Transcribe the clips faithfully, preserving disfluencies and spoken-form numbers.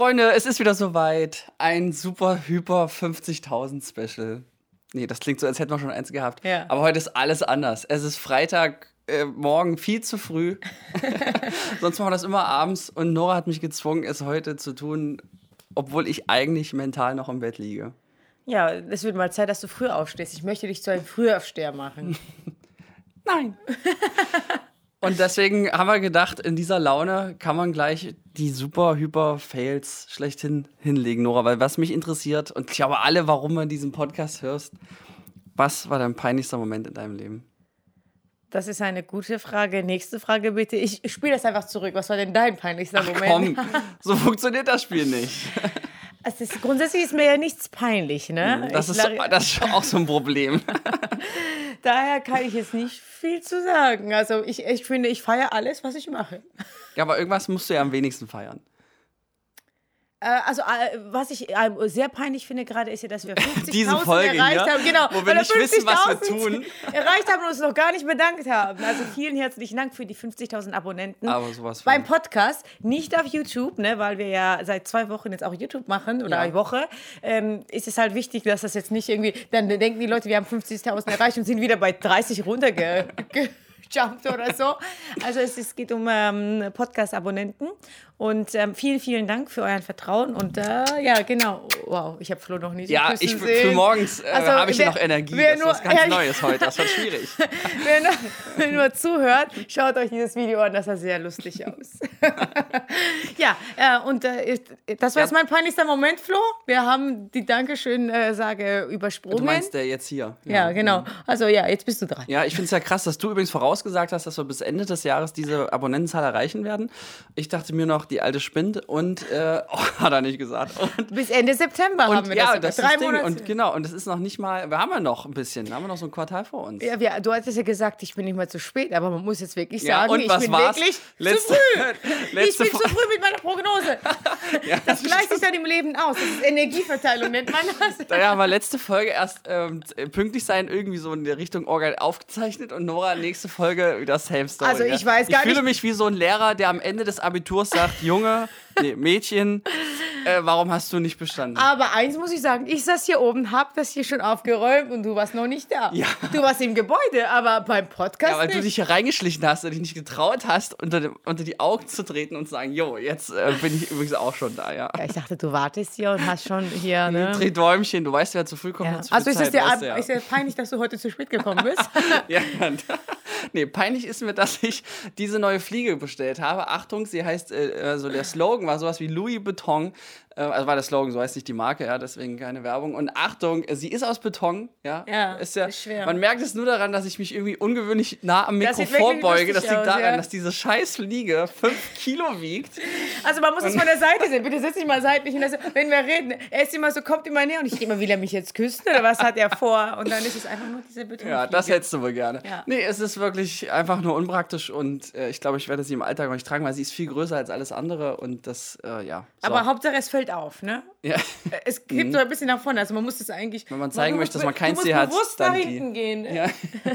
Freunde, es ist wieder soweit. Ein super, hyper fünfzigtausend Special. Nee, das klingt so, als hätten wir schon eins gehabt. Ja. Aber heute ist alles anders. Es ist Freitag, äh, morgen viel zu früh. Sonst machen wir das immer abends. Und Nora hat mich gezwungen, es heute zu tun, obwohl ich eigentlich mental noch im Bett liege. Ja, es wird mal Zeit, dass du früh aufstehst. Ich möchte dich zu einem Frühaufsteher machen. Nein. Und deswegen haben wir gedacht, in dieser Laune kann man gleich die super hyper Fails schlechthin hinlegen, Nora. Weil was mich interessiert, und ich glaube alle, warum du diesen Podcast hörst, was war dein peinlichster Moment in deinem Leben? Das ist eine gute Frage. Nächste Frage bitte. Ich spiele das einfach zurück. Was war denn dein peinlichster Ach, Moment? Komm, so funktioniert das Spiel nicht. Es ist, grundsätzlich ist mir ja nichts peinlich, ne? Das, ich ist, das ist auch so ein Problem. Daher kann ich jetzt nicht viel zu sagen. Also ich, ich finde, ich feiere alles, was ich mache. Ja, aber irgendwas musst du ja am wenigsten feiern. Also, was ich sehr peinlich finde gerade, ist ja, dass wir fünfzigtausend erreicht hier, haben. Genau, wo wir nicht wissen, was wir tun. Erreicht haben und uns noch gar nicht bedankt haben. Also vielen herzlichen Dank für die fünfzigtausend Abonnenten. Aber sowas von. Beim Podcast, nicht auf YouTube, ne, weil wir ja seit zwei Wochen jetzt auch YouTube machen oder ja. eine Woche, ähm, ist es halt wichtig, dass das jetzt nicht irgendwie, dann denken die Leute, wir haben fünfzigtausend erreicht und sind wieder bei dreißig runterge... Jumpt oder so. Also es, es geht um ähm, Podcast-Abonnenten und ähm, vielen, vielen Dank für euren Vertrauen und äh, ja, genau. Wow, ich habe Flo noch nie so ja, küssen ich, sehen. Für morgens äh, also, habe ich wer, noch Energie. Das ist was ganz ehrlich, Neues heute. Das wird schwierig. wer, nur, wer nur zuhört, schaut euch dieses Video an. Das sah sehr lustig aus. ja, äh, und äh, das war ja. jetzt mein peinlichster Moment, Flo. Wir haben die Dankeschön-Sage äh, übersprungen. Du meinst der jetzt hier? Ja, ja genau. Also ja, jetzt bist du dran. Ja, ich finde es ja krass, dass du übrigens vorausgesagt hast, dass wir bis Ende des Jahres diese Abonnentenzahl erreichen werden. Ich dachte mir noch, die alte spinnt und äh, oh, hat er nicht gesagt. Und, bis Ende September und, haben wir ja, das. das drei Monate. Und genau, und es ist noch nicht mal, wir haben ja noch ein bisschen, wir haben noch so ein Quartal vor uns. Ja, wir, du hattest ja gesagt, ich bin nicht mal zu spät, aber man muss jetzt wirklich ja, sagen, und ich was bin war's? wirklich letzte, zu früh. letzte ich bin zu früh mit meiner Prognose. ja, das, das gleicht sich dann im Leben aus. Das ist Energieverteilung, nennt man das. Da haben wir letzte Folge erst ähm, pünktlich sein, irgendwie so in der Richtung Organ aufgezeichnet und Nora nächste Folge wieder Same Story. Also ich weiß gar ich fühle nicht. mich wie so ein Lehrer, der am Ende des Abiturs sagt, Junge, nee, Mädchen, äh, warum hast du nicht bestanden? Aber eins muss ich sagen, ich saß hier oben, hab das hier schon aufgeräumt und du warst noch nicht da. Ja. Du warst im Gebäude, aber beim Podcast Ja, weil nicht. du dich hier reingeschlichen hast und dich nicht getraut hast, unter, dem, unter die Augen zu treten und zu sagen, jo, jetzt äh, bin ich übrigens auch schon da, ja. Ja, ich dachte, du wartest hier und hast schon hier, ne? Dreh Däumchen, du weißt, wer zu früh kommt. Ja. Zu also ist es dir ja. ist ja peinlich, dass du heute zu spät gekommen bist? ja, nee, peinlich ist mir, dass ich diese neue Fliege bestellt habe. Achtung, sie heißt, äh, also der Slogan war sowas wie Louis Beton. Äh, also war der Slogan, so heißt nicht die Marke, ja, deswegen keine Werbung. Und Achtung, sie ist aus Beton, ja. Ja, ist ja ist schwer. Man merkt es nur daran, dass ich mich irgendwie ungewöhnlich nah am Mikro das vorbeuge. Das liegt aus, daran, ja. dass diese scheiß Fliege fünf Kilo wiegt. Also man muss es von der Seite sehen. Bitte setz dich mal seitlich. Das, wenn wir reden, er ist immer so, kommt immer näher und ich denke immer, will er mich jetzt küssen oder was hat er vor? Und dann ist es einfach nur diese Betonfliege. Ja, das hättest du wohl gerne. Ja. Nee, es ist wirklich einfach nur unpraktisch und äh, ich glaube, ich werde sie im Alltag noch nicht tragen, weil sie ist viel größer als alles andere und das, äh, ja. So. Aber Hauptsache, es fällt auf, ne? Ja. Es gibt so ein bisschen nach vorne, also man muss es eigentlich... Wenn man zeigen man möchte, dass man kein C C hat, Du musst bewusst dann nach die. hinten gehen. Ja.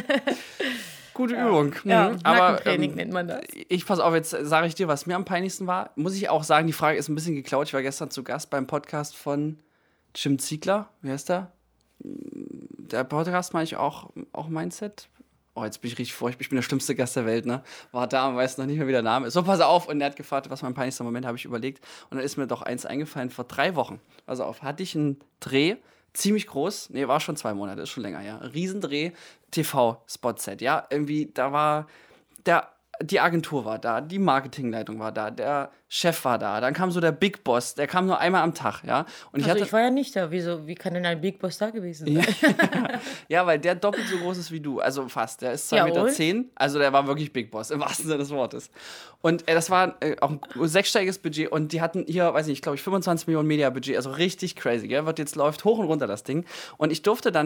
Gute ja. Übung. Ja, mhm. Aber Nackentraining ähm, nennt man das. Ich pass auf, jetzt sage ich dir, was mir am peinlichsten war. Muss ich auch sagen, die Frage ist ein bisschen geklaut. Ich war gestern zu Gast beim Podcast von Jim Ziegler. Wie heißt der? Der Podcast meine ich auch, auch Mindset. Oh, jetzt bin ich richtig furchtbar. Ich bin der schlimmste Gast der Welt, ne? War da und weiß noch nicht mehr, wie der Name ist. So, pass auf. Und er hat gefragt, was mein peinlichster Moment, habe ich überlegt. Und dann ist mir doch eins eingefallen. Vor drei Wochen, pass auf, hatte ich einen Dreh, ziemlich groß. Nee, war schon zwei Monate, ist schon länger, ja. Riesendreh, T V-Spot-Set, ja. Irgendwie, da war der... Die Agentur war da, die Marketingleitung war da, der Chef war da, dann kam so der Big Boss, der kam nur einmal am Tag, ja. Und ich, also hatte, ich war ja nicht da, wieso, wie kann denn ein Big Boss da gewesen sein? Ja, ja, weil der doppelt so groß ist wie du, also fast, der ist zwei Ja, Meter und? zehn, also der war wirklich Big Boss, im wahrsten Sinne des Wortes. Und äh, das war äh, auch ein sechsstelliges Budget und die hatten hier, weiß nicht, glaube ich, fünfundzwanzig Millionen Media-Budget, also richtig crazy, gell, wird jetzt läuft hoch und runter das Ding. Und ich durfte dann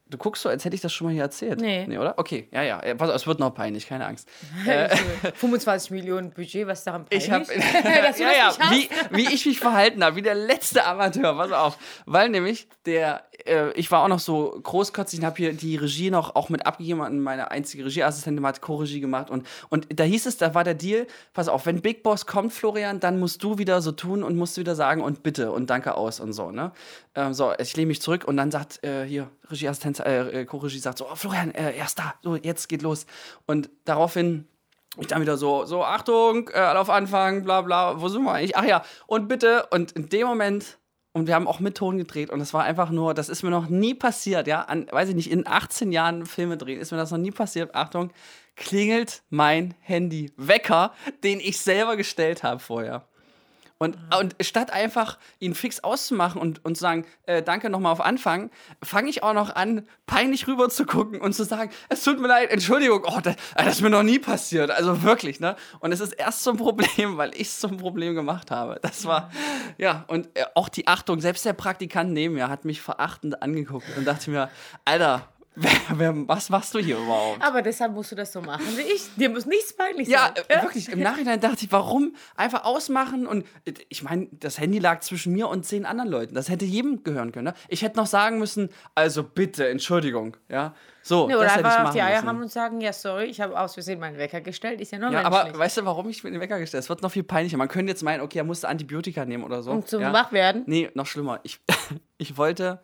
Du guckst so, als hätte ich das schon mal hier erzählt. Nee. Nee, oder? Okay, ja, ja. Pass auf, es wird noch peinlich, keine Angst. fünfundzwanzig Millionen Budget, was ist daran peinlich? Ich habe, Dass du ja, das ja, nicht wie, wie ich mich verhalten habe, wie der letzte Amateur, pass auf. Weil nämlich der, äh, ich war auch noch so großkotzig und habe hier die Regie noch auch mit abgegeben an meine einzige Regieassistentin, hat Co-Regie gemacht und, und da hieß es, da war der Deal, pass auf, wenn Big Boss kommt, Florian, dann musst du wieder so tun und musst wieder sagen und bitte und danke aus und so, ne? Ähm, so, ich lehne mich zurück und dann sagt äh, hier Regieassistenz, äh, Co-Regie sagt so, oh, Florian, äh, er ist da, so, jetzt geht los. Und daraufhin ich dann wieder so, so, Achtung, äh, alle auf Anfang, bla bla, wo sind wir eigentlich? Ach ja, und bitte, und in dem Moment, und wir haben auch mit Ton gedreht und das war einfach nur, das ist mir noch nie passiert, ja, an, weiß ich nicht, in achtzehn Jahren Filme drehen, ist mir das noch nie passiert, Achtung, klingelt mein Handy, Wecker, den ich selber gestellt habe vorher. Und, und statt einfach ihn fix auszumachen und, und zu sagen, äh, danke nochmal auf Anfang, fange ich auch noch an, peinlich rüber zu gucken und zu sagen, es tut mir leid, Entschuldigung, oh, das, das ist mir noch nie passiert, also wirklich, ne? Und es ist erst so ein Problem, weil ich es zum Problem gemacht habe. Das war, ja, und äh, auch die Achtung, selbst der Praktikant neben mir hat mich verachtend angeguckt und dachte mir, Alter, Wer, wer, was machst du hier überhaupt? Aber deshalb musst du das so machen wie ich. Dir muss nichts peinlich ja, sein. Ja, wirklich. Im Nachhinein dachte ich, warum einfach ausmachen? Und ich meine, das Handy lag zwischen mir und zehn anderen Leuten. Das hätte jedem gehören können. Ne? Ich hätte noch sagen müssen, also bitte, Entschuldigung. Ja, so, nee, oder das hätte ich einfach machen auf die Eier müssen. haben und sagen, ja, sorry, ich habe aus Versehen meinen Wecker gestellt. Ist ja nur Ja, menschlich. aber weißt du, warum ich mir den Wecker gestellt habe? Es wird noch viel peinlicher. Man könnte jetzt meinen, okay, er musste Antibiotika nehmen oder so. Um zum ja? wach werden? Nee, noch schlimmer. Ich, ich wollte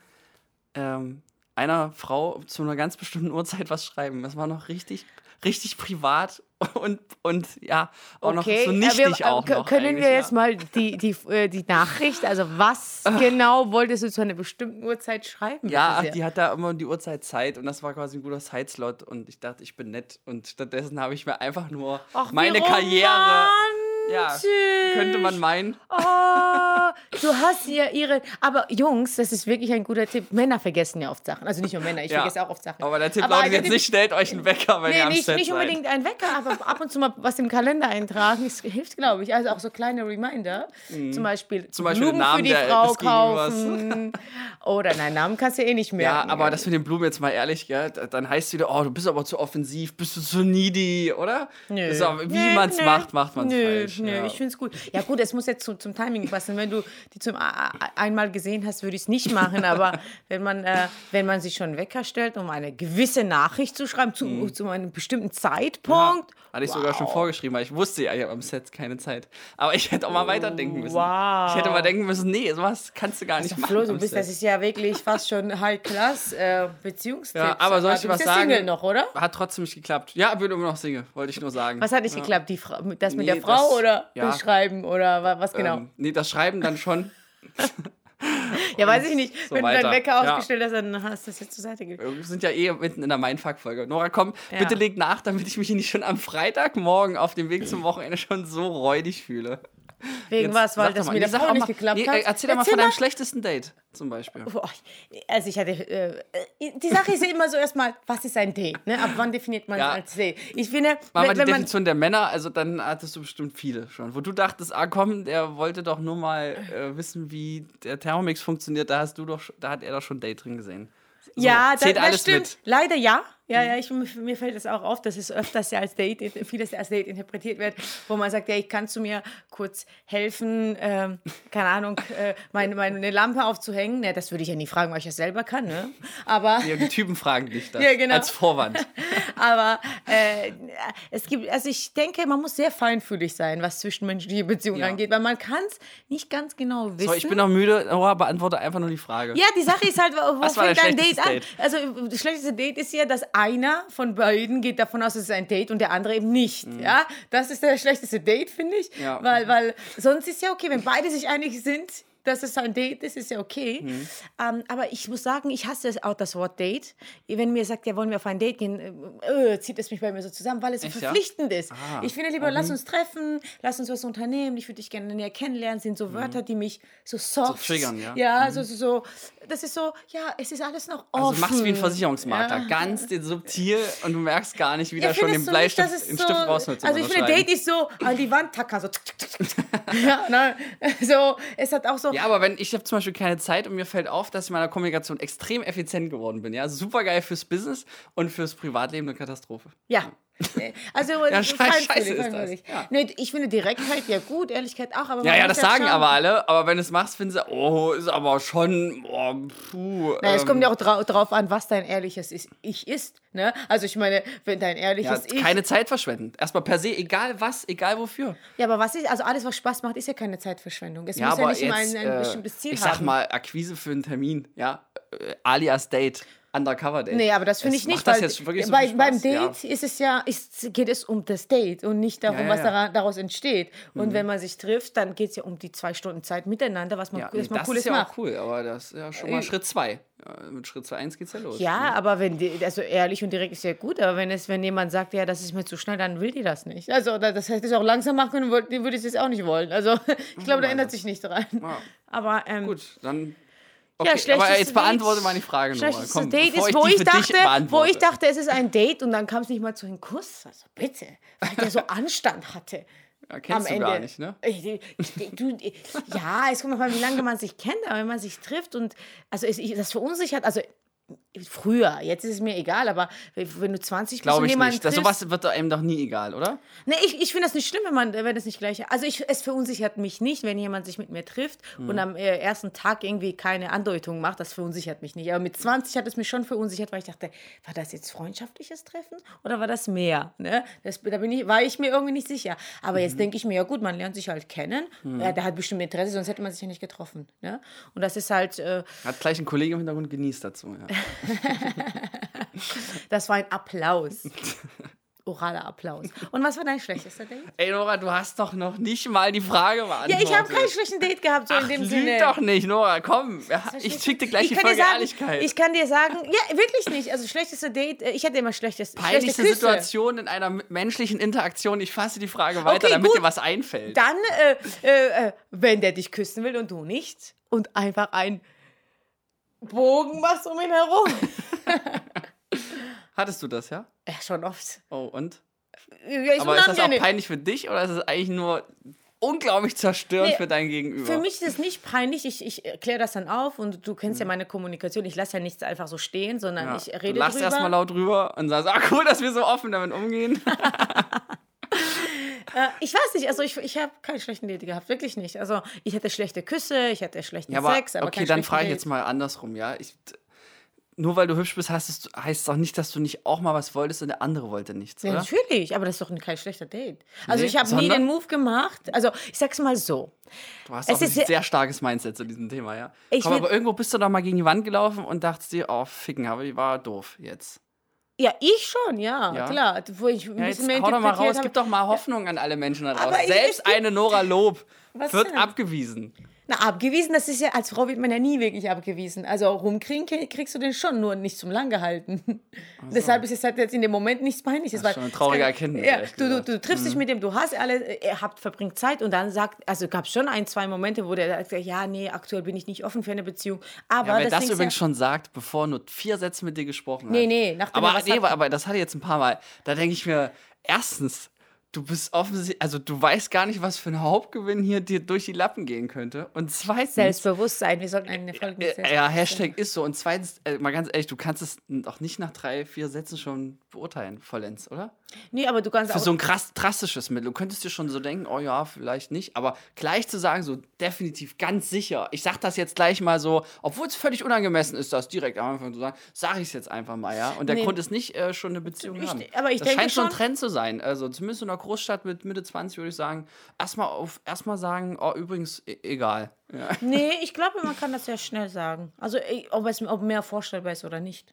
ähm, einer Frau zu einer ganz bestimmten Uhrzeit was schreiben. Das war noch richtig, richtig privat und, und ja, auch okay. noch so nichtig wir, auch noch. Können wir jetzt ja. mal die, die, die Nachricht, also was genau wolltest du zu einer bestimmten Uhrzeit schreiben? Ja, ach, die hat da immer die Uhrzeit Zeit und das war quasi ein guter Zeitslot und ich dachte, ich bin nett und stattdessen habe ich mir einfach nur ach, meine Karriere... Ja, könnte man meinen. Oh, du hast ja ihre... Aber Jungs, das ist wirklich ein guter Tipp. Männer vergessen ja oft Sachen. Also nicht nur Männer, ich ja. vergesse auch oft Sachen. Aber der Tipp aber lautet also, jetzt nicht, stellt euch einen Wecker, wenn nee, ihr am nicht, Set nicht seid. unbedingt einen Wecker, aber ab und zu mal was im Kalender eintragen. Das hilft, glaube ich. Also auch so kleine Reminder. Mhm. Zum Beispiel, Zum Beispiel Blumen Namen für die der, Frau des kaufen. Oder nein, Namen kannst du eh nicht mehr. Ja, aber das mit den Blumen jetzt mal ehrlich, gell? Dann heißt es wieder, oh, du bist aber zu offensiv, bist du zu needy, oder? Nö. Das ist auch, wie nö, man es nö. macht, macht man es Nö, falsch. nö, ja. ich finde es gut. Ja gut, es muss jetzt zu, zum Timing passen. Wenn du die zum a- einmal gesehen hast, würde ich es nicht machen. Aber wenn man, äh, wenn man sich schon einen Wecker stellt, um eine gewisse Nachricht zu schreiben, zu, mhm. zu einem bestimmten Zeitpunkt. Ja, hatte ich wow. sogar schon vorgeschrieben, weil ich wusste ja, ich habe am Set keine Zeit. Aber ich hätte auch mal weiterdenken müssen. Wow. Ich hätte mal denken müssen, nee, sowas kannst du gar nicht also, machen. Flo, du bist, das ist ja wirklich fast schon High-Class äh, Beziehungstipps. Ja, aber soll ich du was bist ja sagen? Single noch, oder? Hat trotzdem nicht geklappt. Ja, bin immer noch Single, wollte ich nur sagen. Was hat nicht ja. geklappt? Die Fra- das mit Nee, der Frau das, oder ja. das Schreiben oder wa- was genau? Ähm, nee, das Schreiben dann schon. Ja, weiß ich nicht. So Wenn weiter. du deinen Wecker Ja. ausgestellt hast, dann hast du das jetzt zur Seite gelegt. Wir sind ja eh mitten in der Mindfuck-Folge. Nora, komm, Ja. bitte leg nach, damit ich mich nicht schon am Freitagmorgen auf dem Weg zum Wochenende schon so räudig fühle. Wegen Jetzt was? Weil sag das doch mit mal, der nee, sag Frau auch nicht mal- geklappt nee, hat? äh, Erzähl doch mal Erzähl von deinem mal. schlechtesten Date zum Beispiel. Boah, also ich hatte, äh, die Sache ist ja immer so erstmal, was ist ein Date? Ne? Ab wann definiert man es Ja. als Date? Ich finde, War mal wenn, die wenn man, Definition der Männer, also dann hattest du bestimmt viele schon. Wo du dachtest, ah komm, der wollte doch nur mal äh, wissen, wie der Thermomix funktioniert, da hast du doch, da hat er doch schon ein Date drin gesehen. So, ja, das, zählt das alles stimmt. mit. Leider ja. Ja, ja, ich, mir fällt das auch auf, dass es öfters ja als Date, vieles als Date interpretiert wird, wo man sagt, ja, ich kannst du mir kurz helfen, ähm, keine Ahnung, äh, meine, meine Lampe aufzuhängen. Ne, das würde ich ja nie fragen, weil ich das selber kann, ne? Aber Ja, die Typen fragen dich das Ja, genau. als Vorwand. Aber äh, es gibt, also ich denke, man muss sehr feinfühlig sein, was zwischenmenschliche Beziehungen Ja. angeht, weil man kann es nicht ganz genau wissen. So, ich bin noch müde, Nora, beantworte einfach nur die Frage. Ja, die Sache ist halt, wo Was war fängt dein ein Date schlechtestes an? Date? Also das schlechteste Date ist ja, dass einer von beiden geht davon aus, es ist ein Date und der andere eben nicht. Ja, das ist das schlechteste Date, finde ich. Ja. Weil, weil sonst ist ja okay, wenn beide sich einig sind, dass es ein Date ist, ist ja okay. Mhm. Ähm, aber ich muss sagen, ich hasse auch das Wort Date. Wenn mir sagt, ja, wollen wir auf ein Date gehen, äh, zieht es mich bei mir so zusammen, weil es so Echt, ja? verpflichtend ist. Ah. Ich finde lieber, lass uns treffen, lass uns was unternehmen, ich würde dich gerne näher kennenlernen, sind so Wörter, die mich so soft... So triggern, ja. Ja, so, so, so, das ist so, ja, es ist alles noch offen. Also machst wie ein Versicherungsmakler, Ja. ganz den subtil und du merkst gar nicht, wie der Ich schon finde den es so nicht, Bleistift, dass es den so, Stift rausholt. zum Also ich finde, Unterschreiben. Date ist so an die Wand tackern, so. ja, ne? So, es hat auch so, so. Ja, aber wenn ich habe zum Beispiel keine Zeit und mir fällt auf, dass ich in meiner Kommunikation extrem effizient geworden bin. Ja, super geil fürs Business und fürs Privatleben eine Katastrophe. Ja. Also, ja, scheiße, scheiße ist das. Ja. Nee, ich finde Direktheit ja gut, Ehrlichkeit auch. Aber ja, ja, das sagen schauen. aber alle. Aber wenn du es machst, finden sie, oh, ist aber schon, oh, puh. Na, ähm. es kommt ja auch dra- drauf an, was dein ehrliches ist, Ich ist. Ne? Also ich meine, wenn dein ehrliches ja, Ich... keine Zeit verschwenden. Erstmal per se, egal was, egal wofür. Ja, aber was ist, also alles, was Spaß macht, ist ja keine Zeitverschwendung. Es ja, muss aber ja nicht jetzt, immer ein, ein äh, bestimmtes Ziel ich haben. Ich sag mal, Akquise für einen Termin, ja, äh, alias Date. Undercover-Date. Nee, aber das finde ich nicht, macht das weil jetzt wirklich so bei, viel beim Spaß? Date Ja. ist es ja, ist, geht es um das Date und nicht darum, Ja, ja, was ja. daran, daraus entsteht. Und Mhm. wenn man sich trifft, dann geht es ja um die zwei Stunden Zeit miteinander, was man, Ja, was nee, man das Cooles ist ja macht. auch cool, aber das ist ja schon mal Äh, Schritt zwei. Ja, mit Schritt zwei eins geht's ja los. Ja, ne? aber wenn die, also ehrlich und direkt ist ja gut, aber wenn es, wenn jemand sagt, ja, das ist mir zu schnell, dann will die das nicht. Also das hätte ich auch langsam machen können, würde ich es jetzt auch nicht wollen. Also ich glaube, da ändert sich nichts dran. Ja. Aber ähm, Gut, dann. Ja, Okay, aber schlechtes jetzt beantworte Date- mal die Frage nochmal. Schlechtes Komm, Date bevor ist, ich wo die ich, für dich dachte, wo beantworte. ich dachte, es ist ein Date und dann kam es nicht mal zu einem Kuss. Also bitte, weil der so Anstand hatte. Ja, kennst am du Ende. gar nicht, ne? Ich- ich- Du, ja, es kommt mal, wie lange man sich kennt, aber wenn man sich trifft und also es, ich- das verunsichert, also früher, jetzt ist es mir egal, aber wenn du zwanzig bist Glaube und ich jemanden nicht. Das, triffst, sowas wird einem doch nie egal, oder? nee, ich, ich finde das nicht schlimm, wenn man, wenn das nicht gleich, also ich, es verunsichert mich nicht, wenn jemand sich mit mir trifft und am äh, ersten Tag irgendwie keine Andeutung macht, das verunsichert mich nicht. Aber mit zwanzig hat es mich schon verunsichert, weil ich dachte, war das jetzt freundschaftliches Treffen oder war das mehr? Ne? Das, da bin ich, war ich mir irgendwie nicht sicher. Aber jetzt denke ich mir, ja gut, man lernt sich halt kennen, ja, der hat bestimmt Interesse, sonst hätte man sich ja nicht getroffen. Ne? Und das ist halt, äh, Hat gleich ein Kollege im Hintergrund genießt dazu. Ja. das war ein Applaus. Oraler Applaus. Und was war dein schlechtester Date? Ey, Nora, du hast doch noch nicht mal die Frage Ja, beantwortet. ich habe kein schlechtes Date gehabt, so Ach, in dem lüg Sinne. doch nicht, Nora, komm. Ja, ich schick dir gleich ich die kann dir Folge sagen, Ehrlichkeit. Ich kann dir sagen, ja, wirklich nicht. Also schlechteste Date, äh, ich hatte immer schlechtes, schlechte Peinlichste Küsse. Situation in einer m- menschlichen Interaktion. Ich fasse die Frage weiter, Okay, damit gut. dir was einfällt. Dann, äh, äh, äh, wenn der dich küssen will und du nicht und einfach ein Bogen machst um ihn herum. Hattest du das, ja? Ja, schon oft. Oh, und? Ja, ist Aber ist das auch unangenehm. peinlich für dich oder ist es eigentlich nur unglaublich zerstörend Nee, für dein Gegenüber? Für mich ist es nicht peinlich. Ich, ich erkläre das dann auf und du kennst ja meine Kommunikation. Ich lasse ja nichts einfach so stehen, sondern ja. ich Du rede lachst drüber. erstmal laut drüber und sagst, ah cool, dass wir so offen damit umgehen. Äh, ich weiß nicht, also ich, ich habe keine schlechten Date gehabt, wirklich nicht. Also ich hatte schlechte Küsse, ich hatte schlechten Ja, aber Sex, aber okay, keinen dann schlechten frage ich Date. jetzt mal andersrum, ja? Ich, nur weil du hübsch bist, heißt es heißt es doch nicht, dass du nicht auch mal was wolltest und der andere wollte nichts, Ja, oder? natürlich, aber das ist doch kein schlechter Date. Also Nee, ich habe nie sondern? den Move gemacht. Also ich sag's mal so. Du hast Es auch ein ist ja- sehr starkes Mindset zu diesem Thema, ja? Ich Komm, würd- aber irgendwo bist du doch mal gegen die Wand gelaufen und dachtest dir, oh, ficken, aber die war doof jetzt. Ja, ich schon, ja, Ja. klar. Wo ich ein Ja, jetzt bisschen mehr hau doch mal interpretiert raus, habe. gib doch mal Hoffnung an alle Menschen da Aber draußen. ich- Selbst es gibt- eine Nora Lob Was wird denn? abgewiesen. Na, abgewiesen, das ist ja, als Frau wird man ja nie wirklich abgewiesen. Also rumkriegen krieg- kriegst du den schon, nur nicht zum lang gehalten. Deshalb ist es halt jetzt in dem Moment nichts Peinliches. Das ist weil schon eine traurige es kann- Erkenntnis, Ja, ehrlich du, du, gesagt. du triffst Mhm. dich mit dem, du hast alle, ihr habt verbringt Zeit und dann sagt, also gab es schon ein, zwei Momente, wo der sagt, ja, nee, aktuell bin ich nicht offen für eine Beziehung. Aber Ja, wer das das Ding ist übrigens ja, schon sagt, bevor er nur vier Sätze mit dir gesprochen hat. Nee, nee, nachdem er aber, was nee, hat- aber, aber das hatte ich jetzt ein paar Mal. Da denke ich mir, erstens, du bist offensichtlich, also du weißt gar nicht, was für ein Hauptgewinn hier dir durch die Lappen gehen könnte. Und zweitens, Selbstbewusstsein, wir sollten eine Folge mit äh, ja, Selbstbewusstsein Hashtag ist so. Und zweitens, äh, mal ganz ehrlich, du kannst es doch nicht nach drei, vier Sätzen schon beurteilen, vollends, oder? Nee, aber du kannst Für auch. so ein krass drastisches Mittel. Du könntest dir schon so denken, oh ja, vielleicht nicht. Aber gleich zu sagen, so definitiv, ganz sicher, ich sag das jetzt gleich mal so, obwohl es völlig unangemessen ist, das direkt am Anfang zu sagen, sage ich es jetzt einfach mal, ja. Und der Nee. Grund ist nicht äh, schon eine Beziehung Ich- haben. aber ich das denke scheint schon ein schon- Trend zu sein. Also zumindest in einer Großstadt mit Mitte zwanzig würde ich sagen, erstmal auf erstmal sagen, oh übrigens, e egal. Ja. Nee, ich glaube, man kann das sehr schnell sagen. Also, ey, ob es ob mehr vorstellbar ist oder nicht.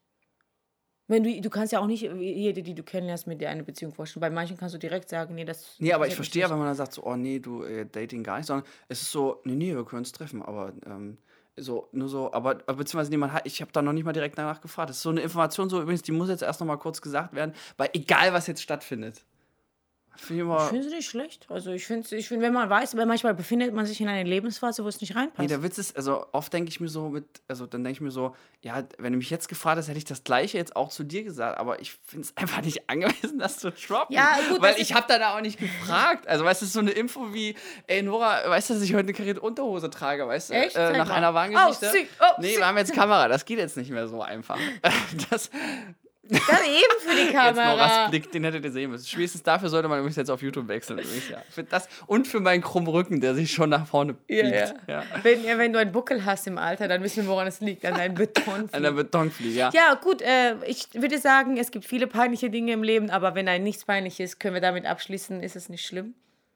Wenn du, du kannst ja auch nicht jede, die du kennenlernst, mit dir eine Beziehung vorstellen. Bei manchen kannst du direkt sagen, nee, das. Nee, aber ich interessiert verstehe, mich wenn man dann sagt, so, oh nee, du, äh, Dating gar nicht, sondern es ist so, nee, nee, wir können uns treffen, aber ähm, so, nur so, aber, aber beziehungsweise niemand hat, ich habe da noch nicht mal direkt danach gefragt. Das ist so eine Information, so übrigens, die muss jetzt erst noch mal kurz gesagt werden, weil egal, was jetzt stattfindet. Find ich Ich finde es nicht schlecht. Also ich finde, ich find, wenn man weiß, weil manchmal befindet man sich in einer Lebensphase, wo es nicht reinpasst. Nee, der Witz ist, also oft denke ich mir so mit, also dann denke ich mir so, ja, wenn du mich jetzt gefragt hast, hätte ich das Gleiche jetzt auch zu dir gesagt, aber ich finde es einfach nicht angemessen, das zu droppen. Ja, gut, weil das ich habe da auch nicht gefragt. Also weißt du, es ist so eine Info wie, ey Nora, weißt du, dass ich heute eine karierte Unterhose trage, weißt du? Echt? Äh, Zeig nach mal. einer Warngeschichte. Oh, sick. Oh, nee, sick. wir haben jetzt Kamera, das geht jetzt nicht mehr so einfach. das, Dann eben für die Jetzt Noras Kamera. Blick, den hättet ihr sehen müssen. Spätestens dafür sollte man übrigens jetzt auf YouTube wechseln. Übrigens, ja. Für das und für meinen krummen Rücken, der sich schon nach vorne biegt. Ja, ja. Ja. Wenn, ja, wenn du einen Buckel hast im Alter, dann wissen wir, woran es liegt. An deinem Betonflieg. An der Betonfliege, ja. Ja, gut, äh, ich würde sagen, es gibt viele peinliche Dinge im Leben, aber wenn ein nichts peinlich ist, können wir damit abschließen, ist es nicht schlimm.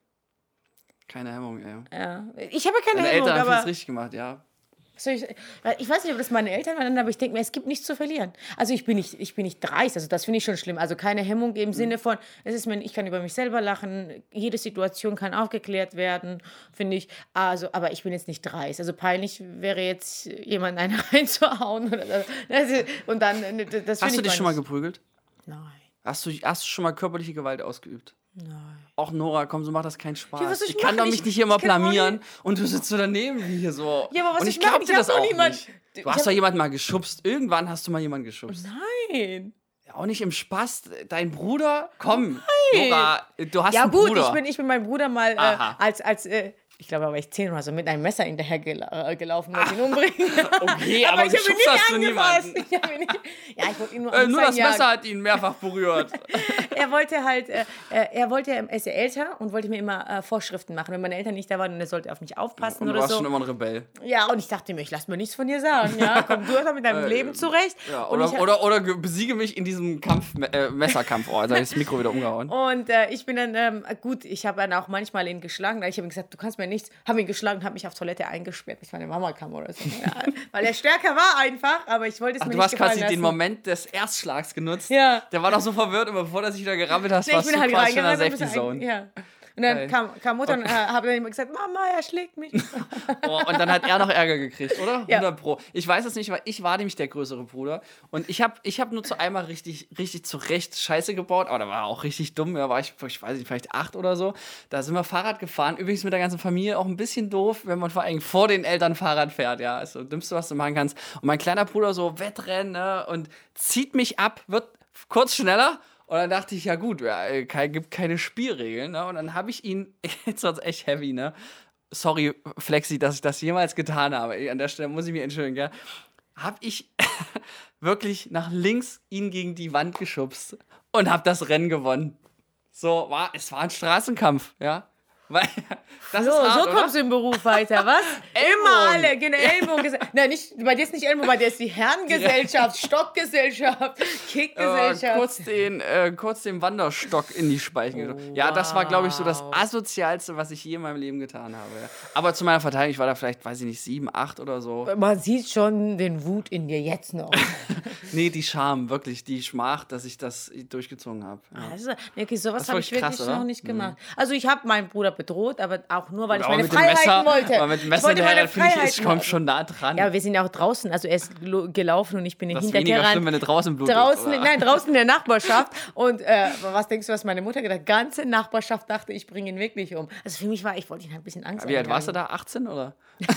Keine Hemmung, ey. Ja. Ich habe ja keine Meine Hemmung, Eltern haben aber es richtig gemacht, ja. soll ich, ich weiß nicht, ob das meine Eltern waren, aber ich denke mir, es gibt nichts zu verlieren. Also ich bin nicht, ich bin nicht dreist, also das finde ich schon schlimm. Also keine Hemmung im Sinne von, es ist mir, ich kann über mich selber lachen, jede Situation kann aufgeklärt werden, finde ich. Also, aber ich bin jetzt nicht dreist. Also peinlich wäre jetzt jemand einen reinzuhauen oder das, und dann, das Hast du ich dich schon mal nicht. geprügelt? Nein, Hast du, hast du schon mal körperliche Gewalt ausgeübt? nein. Auch Nora, komm, so macht das keinen Spaß. Ja, was soll ich ich kann machen? doch mich Ich- nicht hier immer ich kann auch blamieren nicht- und du sitzt so daneben wie hier so. Ja, aber was und ich ich machen? glaub Ich dir hab das doch auch niemand- nicht. Ich Du hast hab- doch jemanden mal geschubst. Irgendwann hast du mal jemanden geschubst. Nein. Auch nicht im Spaß. Dein Bruder? Komm, Nora, du hast Ja einen gut, Bruder. ich bin, ich bin meinem Bruder mal äh, Aha. als, als äh, ich glaube, da war ich zehn oder so, mit einem Messer hinterher gela äh, gelaufen, wollte ihn umbringen. Okay, aber, ich habe ihn geschubst hast du nicht angefasst. niemanden. Ich hab ihn nicht, ja, ich wollte ihn nur Äh, nur das anzeigen, Messer hat ihn mehrfach berührt. Er wollte halt, äh, äh, er wollte, er ist ja älter und wollte mir immer äh, Vorschriften machen. Wenn meine Eltern nicht da waren, dann er sollte auf mich aufpassen Und du oder warst so. schon immer ein Rebell. Ja, und ich dachte mir, ich lass mir nichts von dir sagen. Ja, komm du erstmal mit deinem Äh, Leben zurecht. Ja, und oder, ich, oder, oder ge- besiege mich in diesem Kampf, äh, Messerkampf. Oh, jetzt habe ich das Mikro wieder umgehauen. Und äh, ich bin dann, ähm, gut, ich habe dann auch manchmal ihn geschlagen. Ich habe ihm gesagt, du kannst mir nichts. Habe ihn geschlagen, habe mich auf Toilette eingesperrt, bis meine Mama kam oder so. Ja, weil er stärker war einfach, aber ich wollte es Ach, mir du nicht hast quasi gefallen den lassen. Moment des Erstschlags genutzt. Ja. Der war doch so verwirrt, immer bevor er sich wieder gerammelt hast, Nee, ich warst bin du halt quasi schon in der reingerannt. und Safety bin so ein- Zone. Ja. Und dann Geil. kam, kam Mutter und äh, habe dann immer gesagt, Mama, er schlägt mich. Oh, und dann hat er noch Ärger gekriegt, oder? Ja. hundert Pro. Ich weiß es nicht, weil ich war nämlich der größere Bruder. Und ich habe ich hab nur zu einmal richtig, richtig zurecht Scheiße gebaut. Aber da war auch richtig dumm. Da war ich, ich weiß nicht, vielleicht acht oder so. Da sind wir Fahrrad gefahren. Übrigens mit der ganzen Familie auch ein bisschen doof, wenn man vor allem vor den Eltern Fahrrad fährt. Ja, ist so das Dümmste, was du machen kannst. Und mein kleiner Bruder so Wettrennen, ne, und zieht mich ab, wird kurz schneller. Und dann dachte ich, ja gut, ja, kein, gibt keine Spielregeln. Ne? Und dann habe ich ihn, jetzt wird's echt heavy, ne? Sorry, Flexi, dass ich das jemals getan habe. An der Stelle muss ich mich entschuldigen, gell? Habe ich wirklich nach links ihn gegen die Wand geschubst und habe das Rennen gewonnen. So, war, es war ein Straßenkampf, ja? Weil, das So, ist hart, so oder? kommst du im Beruf weiter, was? Immer Ellbogen. alle, genau, Ellbogen. Nein, nicht, bei dir ist nicht Ellbogen, bei dir ist die Herrengesellschaft, Stockgesellschaft, Äh, Kickgesellschaft. kurz, den, äh, kurz den Wanderstock in die Speichen gedrückt. Ja, das war, glaube ich, so das Wow. Asozialste, was ich je in meinem Leben getan habe. Ja. Aber zu meiner Verteidigung, ich war da vielleicht, weiß ich nicht, sieben, acht oder so. Man sieht schon den Wut in dir jetzt noch. Nee, die Scham, wirklich, die Schmach, dass ich das durchgezogen habe. Ja. Also, okay, sowas Das war habe ich wirklich wirklich krass, oder? noch nicht gemacht. Also ich habe meinen Bruder bedroht, aber auch nur, weil ich Aber meine mit dem Freiheiten Messer, wollte. aber mit dem Ich Messer wollte hinterher, meine finde ich, es Freiheiten kommt schon nah dran. Ja, aber wir sind ja auch draußen. Also er ist lo- gelaufen und ich bin das ist hinterher weniger ran. schlimm, wenn du draußen Blut Draußen, ist, oder? nein, draußen in der Nachbarschaft. Und äh, was denkst du, was meine Mutter gedacht hat? Ganze Nachbarschaft dachte, ich bringe ihn wirklich um. Also für mich war, ich wollte ihn halt ein bisschen Angst Wie alt warst du einjagen. da? achtzehn oder?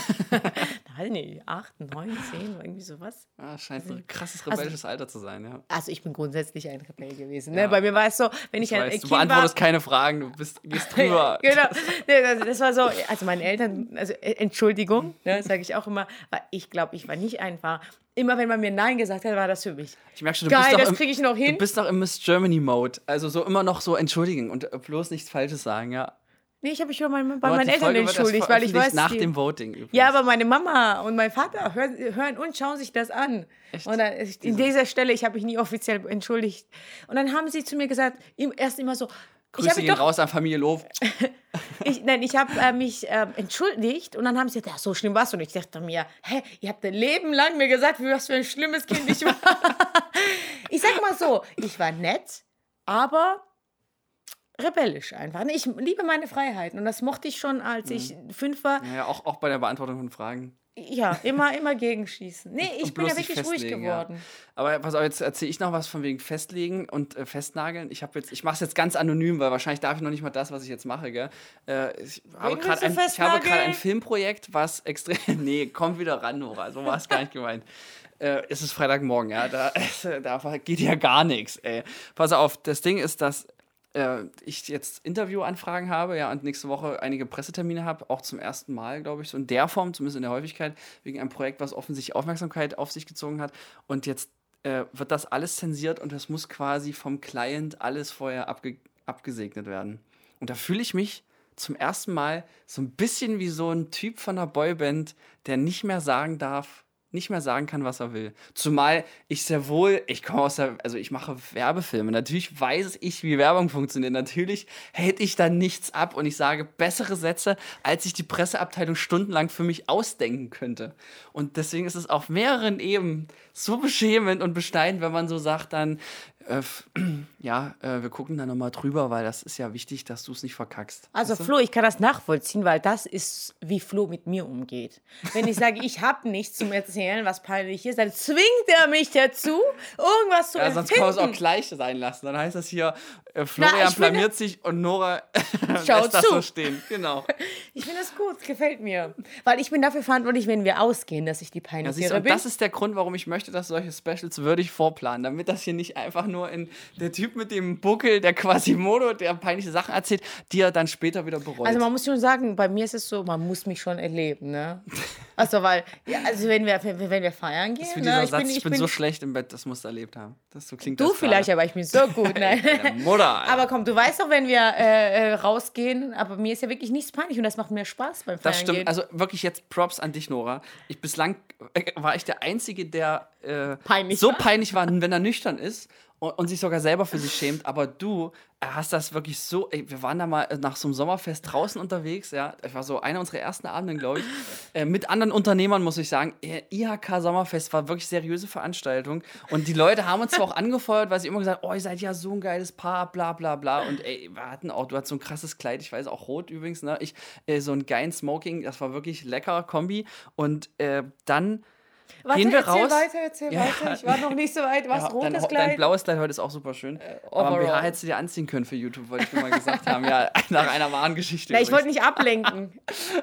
Nein, nee, acht, neun, zehn, irgendwie sowas. Ah, scheint ein krasses rebellisches Alter zu sein, ja. Also ich bin grundsätzlich ein Rebell gewesen. Ne? Ja. Bei mir war es so, wenn ich Ich ein weiß, du Kind war... beantwortest keine Fragen, du bist, gehst drüber. Genau. Nee, das, das war so, also meine Eltern, also äh, Entschuldigung, ne, sage ich auch immer, weil ich glaube, ich war nicht einfach. Immer wenn man mir Nein gesagt hat, war das für mich. Ich merke schon, du Geil, bist doch das im, kriege ich noch hin. Du bist doch im Miss Germany-Mode. Also so immer noch so entschuldigen und bloß nichts Falsches sagen, ja. Nee, ich habe mich bei, meinen- bei Aber meinen die Eltern Folge wird erst entschuldigt, weil ich veröffentlicht weiß, nach die, dem Voting übrigens. ja, aber meine Mama und mein Vater hören, hören und schauen sich das an. Echt? Und dann, in dieser Stelle, ich habe mich nie offiziell entschuldigt. Und dann haben sie zu mir gesagt, ihm- erst immer so, ich Grüße habe mich gehen doch raus an Familie Lof. Ich, nein, ich habe äh, mich äh, entschuldigt und dann haben sie gesagt, ja, so schlimm warst du. Und ich dachte mir, hä, ihr habt ein Leben lang mir gesagt, wie was für ein schlimmes Kind ich war. Ich sag mal so, ich war nett, aber rebellisch einfach. Ich liebe meine Freiheiten und das mochte ich schon, als ich fünf war. Ja, auch, auch bei der Beantwortung von Fragen. Ja, immer, immer gegenschießen. Nee, ich bin ja wirklich ruhig geworden. Ja. Aber pass auf, jetzt erzähle ich noch was von wegen Festlegen und äh, Festnageln. Ich habe jetzt, ich mache es jetzt ganz anonym, weil wahrscheinlich darf ich noch nicht mal das, was ich jetzt mache, gell? Äh, ich, habe ein, ich habe gerade ein Filmprojekt, was extrem... nee, komm wieder ran, Nora, so war es gar nicht gemeint. Äh, es ist Freitagmorgen, ja, da, da geht ja gar nichts, ey. Pass auf, das Ding ist, dass ich jetzt Interviewanfragen habe, ja, und nächste Woche einige Pressetermine habe, auch zum ersten Mal, glaube ich, so in der Form, zumindest in der Häufigkeit, wegen einem Projekt, was offensichtlich Aufmerksamkeit auf sich gezogen hat. Und jetzt äh, wird das alles zensiert und das muss quasi vom Client alles vorher abge- abgesegnet werden. Und da fühle ich mich zum ersten Mal so ein bisschen wie so ein Typ von einer Boyband, der nicht mehr sagen darf, nicht mehr sagen kann, was er will. Zumal ich sehr wohl, ich komme aus der, also ich mache Werbefilme. Natürlich weiß ich, wie Werbung funktioniert. Natürlich hält ich da nichts ab und ich sage bessere Sätze, als sich die Presseabteilung stundenlang für mich ausdenken könnte. Und deswegen ist es auf mehreren Ebenen so beschämend und beschneidend, wenn man so sagt dann, äh, ja, äh, wir gucken da nochmal drüber, weil das ist ja wichtig, dass du es nicht verkackst. Also weißt du? Flo, ich kann das nachvollziehen, weil das ist, wie Flo mit mir umgeht. Wenn ich sage, ich habe nichts zum Erzählen, was peinlich ist, dann zwingt er mich dazu, irgendwas zu ja, erfinden. Sonst kann man es auch gleich sein lassen. Dann heißt das hier, äh, Florian Na, blamiert finde, sich und Nora lässt das so stehen. Genau. Ich finde das gut, gefällt mir. Weil ich bin dafür verantwortlich, wenn wir ausgehen, dass ich die peinliche ja, bin. Und das ist der Grund, warum ich möchte, dass solche Specials würdig vorplanen, damit das hier nicht einfach nur in der Typ mit dem Buckel, der Quasimodo, der peinliche Sachen erzählt, die er dann später wieder bereut. Also man muss schon sagen, bei mir ist es so, man muss mich schon erleben, ne? Also weil, ja, also wenn wir, wenn wir feiern gehen, das ist wie ne? dieser ich Satz, bin, ich, ich bin bin so schlecht im Bett, das musst du erlebt haben. Das, so klingt du das vielleicht, aber ich bin so gut, ne? Mutter. Alter. Aber komm, du weißt doch, wenn wir äh, rausgehen, aber mir ist ja wirklich nichts peinlich und das macht mir Spaß beim Feiern Das stimmt, gehen. also wirklich jetzt Props an dich, Nora. Ich, bislang äh, war ich der Einzige, der äh, peinlich so war? peinlich war, wenn er nüchtern ist. Und, und sich sogar selber für sich schämt, aber du hast das wirklich so, ey, wir waren da mal nach so einem Sommerfest draußen unterwegs, ja, das war so einer unserer ersten Abenden, glaube ich, äh, mit anderen Unternehmern, muss ich sagen, I H K Sommerfest war wirklich seriöse Veranstaltung und die Leute haben uns zwar auch angefeuert, weil sie immer gesagt, oh, ihr seid ja so ein geiles Paar, bla bla bla und ey, wir hatten auch, du hattest so ein krasses Kleid, ich weiß auch rot übrigens, ne, ich, äh, so ein geilen Smoking, das war wirklich lecker Kombi und äh, dann Warte, gehen wir erzähl raus. weiter, erzähl ja. weiter. Ich war noch nicht so weit. Was, ja, rotes dein, Kleid? Dein blaues Kleid heute ist auch super schön. Äh, aber ein B H hättest du dir anziehen können für YouTube, wollte ich dir mal gesagt haben. Ja, nach einer wahren Geschichte. Na, ich wollte nicht ablenken.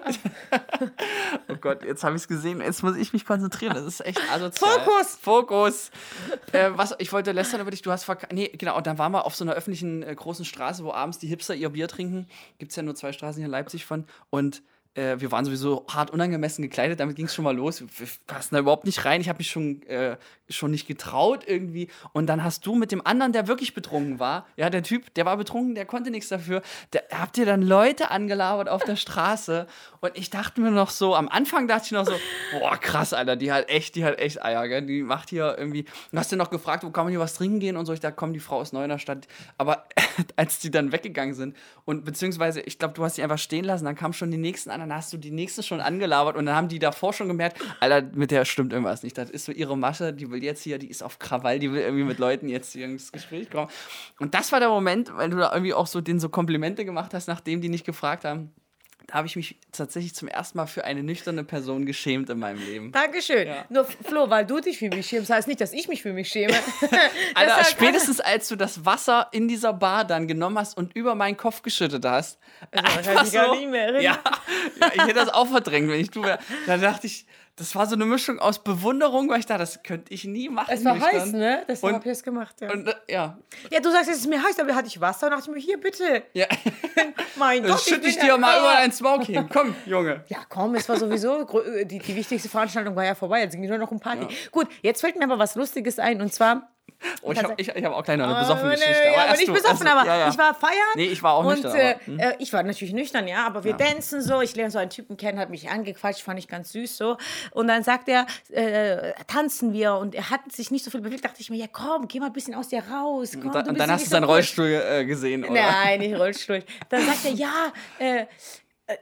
Oh Gott, jetzt habe ich es gesehen. Jetzt muss ich mich konzentrieren. Das ist echt asozial. Fokus! Fokus! äh, was, ich wollte lästern über dich. Du hast verkackt. Nee, genau. Und dann waren wir auf so einer öffentlichen äh, großen Straße, wo abends die Hipster ihr Bier trinken. Gibt es ja nur zwei Straßen hier in Leipzig von. Und Äh, wir waren sowieso hart unangemessen gekleidet, damit ging es schon mal los. Wir passen da überhaupt nicht rein. Ich habe mich schon, äh, schon nicht getraut irgendwie. Und dann hast du mit dem anderen, der wirklich betrunken war, ja, der Typ, der war betrunken, der konnte nichts dafür, der, habt ihr dann Leute angelabert auf der Straße. Und ich dachte mir noch so, am Anfang dachte ich noch so, boah, krass, Alter, die hat echt, die hat echt Eier, gell? Die macht hier irgendwie, du hast dir noch gefragt, wo kann man hier was trinken gehen und so. Ich dachte, komm, die Frau aus Neuenstadt. Aber als die dann weggegangen sind und beziehungsweise, ich glaube, du hast die einfach stehen lassen, dann kamen schon die nächsten an, dann hast du die nächsten schon angelabert und dann haben die davor schon gemerkt, Alter, mit der stimmt irgendwas nicht. Das ist so ihre Masche, die will jetzt hier, die ist auf Krawall, die will irgendwie mit Leuten jetzt hier ins Gespräch kommen. Und das war der Moment, weil du da irgendwie auch so denen so Komplimente gemacht hast, nachdem die nicht gefragt haben. Da habe ich mich tatsächlich zum ersten Mal für eine nüchterne Person geschämt in meinem Leben. Dankeschön. Ja. Nur, Flo, weil du dich für mich schämst, heißt nicht, dass ich mich für mich schäme. Alter, heißt, spätestens als du das Wasser in dieser Bar dann genommen hast und über meinen Kopf geschüttet hast. Also, kann ich so, gar nicht mehr erinnern. Ja, ja, ich hätte das auch verdrängt, wenn ich du wäre. Da dachte ich, das war so eine Mischung aus Bewunderung, weil ich dachte, das könnte ich nie machen. Es war heiß, ne? Deshalb habe ich es gemacht, ja. Und, ja. Ja, du sagst, es ist mir heiß, aber da hatte ich Wasser und dachte ich mir, hier, bitte. Ja. Mein Gott, das schütte ich, ich dir mal über ein Smoking. Komm, Junge. Ja, komm, es war sowieso, die, die wichtigste Veranstaltung war ja vorbei, jetzt ging nur noch um Party. Ja. Gut, jetzt fällt mir aber was Lustiges ein, und zwar... Oh, ich habe ich, ich hab auch gleich noch eine besoffene oh, Geschichte. Nee, aber, aber nicht besoffen, also, aber ja, ja. ich war feiern. Nee, ich war auch und, nüchtern. Äh, hm. äh, ich war natürlich nüchtern, ja, aber wir ja. dancen so. Ich lerne so einen Typen kennen, hat mich angequatscht, fand ich ganz süß so. Und dann sagt er, äh, tanzen wir. Und er hat sich nicht so viel bewegt. Dachte ich mir, ja komm, geh mal ein bisschen aus dir raus. Komm, und, da, du und dann hast du so seinen Rollstuhl äh, gesehen, oder? Nein, nicht Rollstuhl. Dann sagt er, ja, äh,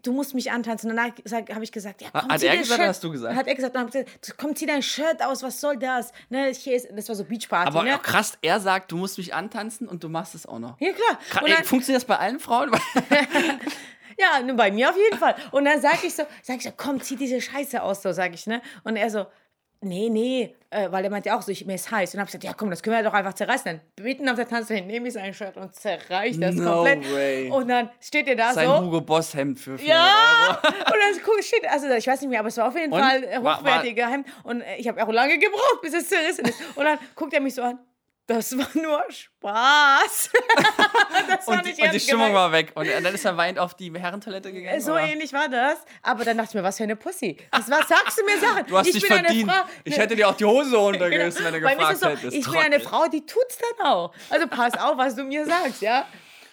du musst mich antanzen. Und dann habe ich gesagt, ja, komm, Hat zieh er dein gesagt Shirt. oder hast du gesagt? Hat er gesagt, dann habe ich gesagt, komm, zieh dein Shirt aus, was soll das? Ne, hier ist, das war so Beachparty, Aber ne? krass, er sagt, du musst mich antanzen und du machst es auch noch. Ja, klar. Kra- Und ey, dann, funktioniert das bei allen Frauen? ja, nur bei mir auf jeden Fall. Und dann sage ich so, sag ich so, komm, zieh diese Scheiße aus, so, sag ich, ne? Und er so, nee, nee, äh, weil er meinte auch so, ich, mir ist heiß. Und dann habe ich gesagt, ja komm, das können wir doch einfach zerreißen. Dann mitten auf der Tanzfläche nehme ich sein Shirt und zerreiche das No komplett. way. Und dann steht er da Sein so. Hugo Boss Hemd für vierhundert Ja, Euro. und dann cool, shit, also ich weiß nicht mehr, aber es war auf jeden Und? Fall äh, War- hochwertiger Hemd. Und äh, ich habe auch lange gebraucht, bis es zerrissen ist. Und dann guckt er mich so an. Das war nur Spaß. Das war Und, nicht die, und die ernst Stimmung gemeint. war weg. Und dann ist er weinend auf die Herrentoilette gegangen. So oder? ähnlich war das. Aber dann dachte ich mir, was für eine Pussy. Das war, sagst du mir Sachen? Du hast ich dich bin eine verdient. Frau. Ich hätte dir auch die Hose runtergerissen, wenn du Bei mir gefragt ist es so, hättest. ich bin eine Trottel. Frau, die tut's dann auch. Also pass auf, was du mir sagst, ja?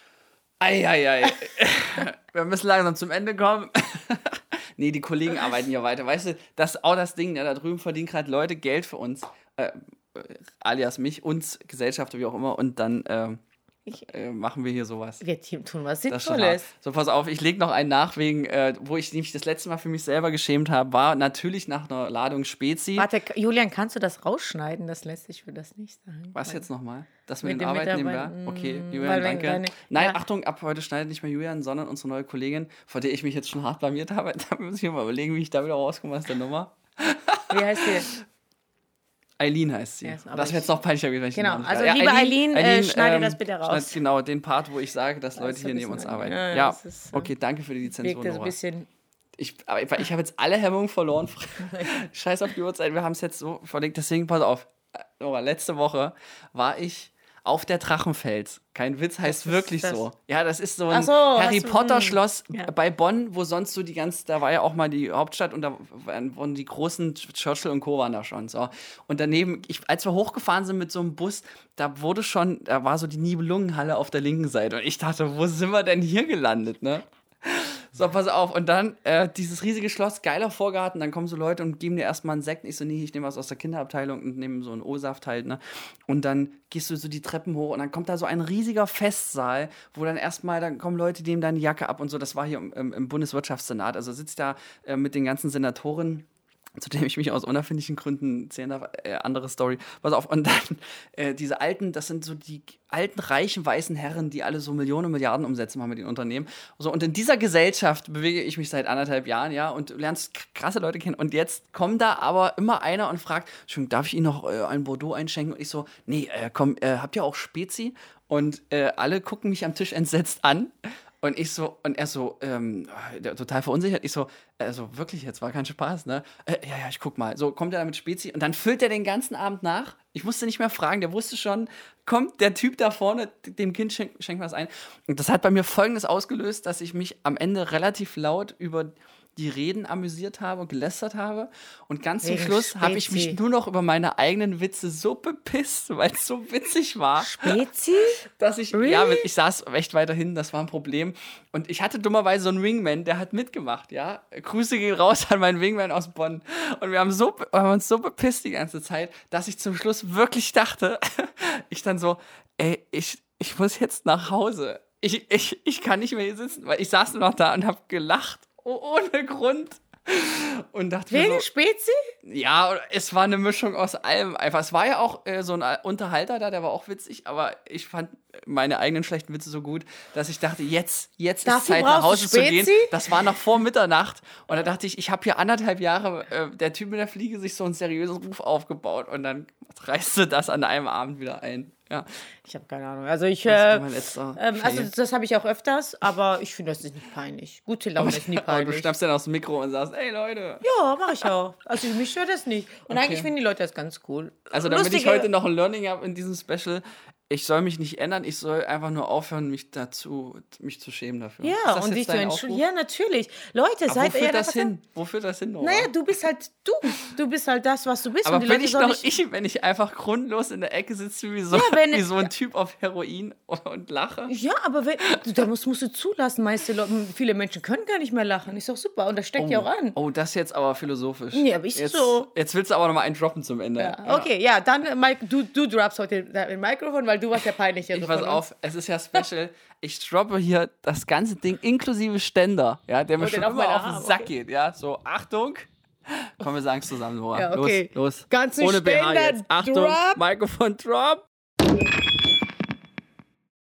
Eieiei. Wir müssen langsam zum Ende kommen. Nee, die Kollegen arbeiten ja weiter. Weißt du, das ist auch das Ding, ja, da drüben verdienen gerade Leute Geld für uns. Äh, alias mich, uns, Gesellschaft, wie auch immer. Und dann ähm, Ich, äh, machen wir hier sowas. wir tun was Das ist schon hart. Sinnvolles. So, pass auf, ich lege noch einen nach, wegen, äh, wo ich nämlich das letzte Mal für mich selber geschämt habe, war natürlich nach einer Ladung Spezi. Warte, Julian, kannst du das rausschneiden? Das lässt sich für das nicht sagen. Was jetzt nochmal? Das mit, Mit den dem Arbeitnehmern? Mitarbeiter- Okay, Mm, Julian, weil wenn danke. deine- Nein, ja. Achtung, ab heute schneidet nicht mehr Julian, sondern unsere neue Kollegin, vor der ich mich jetzt schon hart blamiert habe. Da muss ich mir mal überlegen, wie ich da wieder rauskomme aus der Nummer. Wie heißt die? Eileen heißt sie. Ja, aber das wäre jetzt noch peinlicher gewesen, wenn ich den Genau, Namen also sage. liebe Eileen, äh, schneide ähm, das bitte raus. schneid genau den Part, wo ich sage, dass Leute ist ein hier neben bisschen uns arbeiten. lang. Ja, Ja, das ist, äh, okay, danke für die Lizenzierung, Wirkte so ein Nora. bisschen. Ich, aber ich, ich habe jetzt alle Hemmungen verloren. Scheiß auf die Uhrzeit, wir haben es jetzt so verlegt. Deswegen, pass auf, Nora, letzte Woche war ich auf der Drachenfels. Kein Witz, heißt ist wirklich das? so. Ja, das ist so Ach ein so, Harry hast du- Potter hm, Schloss ja. bei Bonn, wo sonst so die ganze, da war ja auch mal die Hauptstadt und da waren wurden die großen Churchill und Co. waren da schon. So. Und daneben, ich, als wir hochgefahren sind mit so einem Bus, da wurde schon, da war so die Nibelungenhalle auf der linken Seite. Und ich dachte, wo sind wir denn hier gelandet, ne? So, pass auf. Und dann äh, dieses riesige Schloss, geiler Vorgarten. Dann kommen so Leute und geben dir erstmal einen Sekt. Ich so, nee, ich nehme was aus der Kinderabteilung und nehme so einen O-Saft halt, ne? Und dann gehst du so die Treppen hoch und dann kommt da so ein riesiger Festsaal, wo dann erstmal, dann kommen Leute, die nehmen deine Jacke ab und so. Das war hier im, im Bundeswirtschaftssenat. Also sitzt da äh, mit den ganzen Senatoren, zu dem ich mich aus unerfindlichen Gründen zählen darf, äh, andere Story. Pass auf, und dann äh, diese alten, das sind so die alten, reichen, weißen Herren, die alle so Millionen, Milliarden Umsätze machen mit den Unternehmen. So, und in dieser Gesellschaft bewege ich mich seit anderthalb Jahren, ja, und du lernst k- krasse Leute kennen. Und jetzt kommt da aber immer einer und fragt, Entschuldigung, darf ich Ihnen noch äh, ein Bordeaux einschenken? Und ich so, nee, äh, komm, äh, habt ihr auch Spezi? Und äh, alle gucken mich am Tisch entsetzt an. Und ich so, und er so, ähm, der, total verunsichert. Ich so, also wirklich, jetzt war kein Spaß, ne? Äh, ja, ja, ich guck mal. So, kommt er da mit Spezi und dann füllt er den ganzen Abend nach. Ich musste nicht mehr fragen, der wusste schon, kommt der Typ da vorne, dem Kind schenkt schenk was ein. Und das hat bei mir Folgendes ausgelöst, dass ich mich am Ende relativ laut über die Reden amüsiert habe und gelästert habe. Und ganz zum Wegen Schluss habe ich Spezi. mich nur noch über meine eigenen Witze so bepisst, weil es so witzig war. Spezi? Dass ich, Really? ja, ich saß echt weiter hinten, das war ein Problem. Und ich hatte dummerweise so einen Wingman, der hat mitgemacht, ja. Grüße gehen raus an meinen Wingman aus Bonn. Und wir haben, so, wir haben uns so bepisst die ganze Zeit, dass ich zum Schluss wirklich dachte, ich dann so, ey, ich, ich muss jetzt nach Hause. Ich, ich, ich kann nicht mehr hier sitzen, weil ich saß nur noch da und habe gelacht, oh, ohne Grund. Und dachte mir Wegen so, Spezi? ja, es war eine Mischung aus allem. Einfach, es war ja auch äh, so ein Unterhalter da, der war auch witzig, aber ich fand meine eigenen schlechten Witze so gut, dass ich dachte, jetzt, jetzt ist Dafür Zeit, nach brauchst du Hause zu gehen. Spezi? Das war noch vor Mitternacht. Und da dachte ich, ich habe hier anderthalb Jahre, äh, der Typ mit der Fliege, sich so ein seriöses Ruf aufgebaut und dann reißt du das an einem Abend wieder ein. Ja, Ich habe keine Ahnung. Also ich, das äh, war mein letzter ähm, also Fail. das habe ich auch öfters, aber ich finde, das ist nicht peinlich. Gute Laune ist nie Aber du peinlich. schnappst dann aus dem Mikro und sagst, ey Leute. Ja, mache ich auch. Also mich stört das nicht. Und Okay. eigentlich finden die Leute das ganz cool. Also damit ich Lustige- heute noch ein Learning habe in diesem Special, ich soll mich nicht ändern, ich soll einfach nur aufhören, mich dazu, mich zu schämen dafür. Ist Ja, das und jetzt dich zu dein entschuldigen. Aufruf? Ja, natürlich. Leute, Aber seid wo führt ihr das was- hin? Wo führt das hin, Nora? Naja, du bist halt du. Du bist halt das, was du bist. aber und die bin Leute ich sollen noch nicht- ich, wenn ich einfach grundlos in der Ecke sitze wie so, Ja, wenn- wie so ein Typ auf Heroin und, und lache? Ja, aber wenn, du, da musst, musst du zulassen. Meiste Leute, viele Menschen können gar nicht mehr lachen. Ist doch super. Und das steckt ja auch an. Oh, das jetzt aber philosophisch. Ja, aber ist jetzt, so. Jetzt willst du aber noch mal einen droppen zum Ende. Ja, okay, ja, dann, äh, Mike, du, du droppst heute dein Mikrofon, weil du warst der Peinliche. Ich pass auf, es ist ja special. Ich droppe hier das ganze Ding inklusive Ständer, ja, der mir schon immer auf den Sack geht. Ja, so, Achtung. Komm, wir sagen es zusammen, Nora. Ja, okay. Los, los. Ganze Ohne B H Ständer jetzt. Achtung, drop. Mikrofon drop.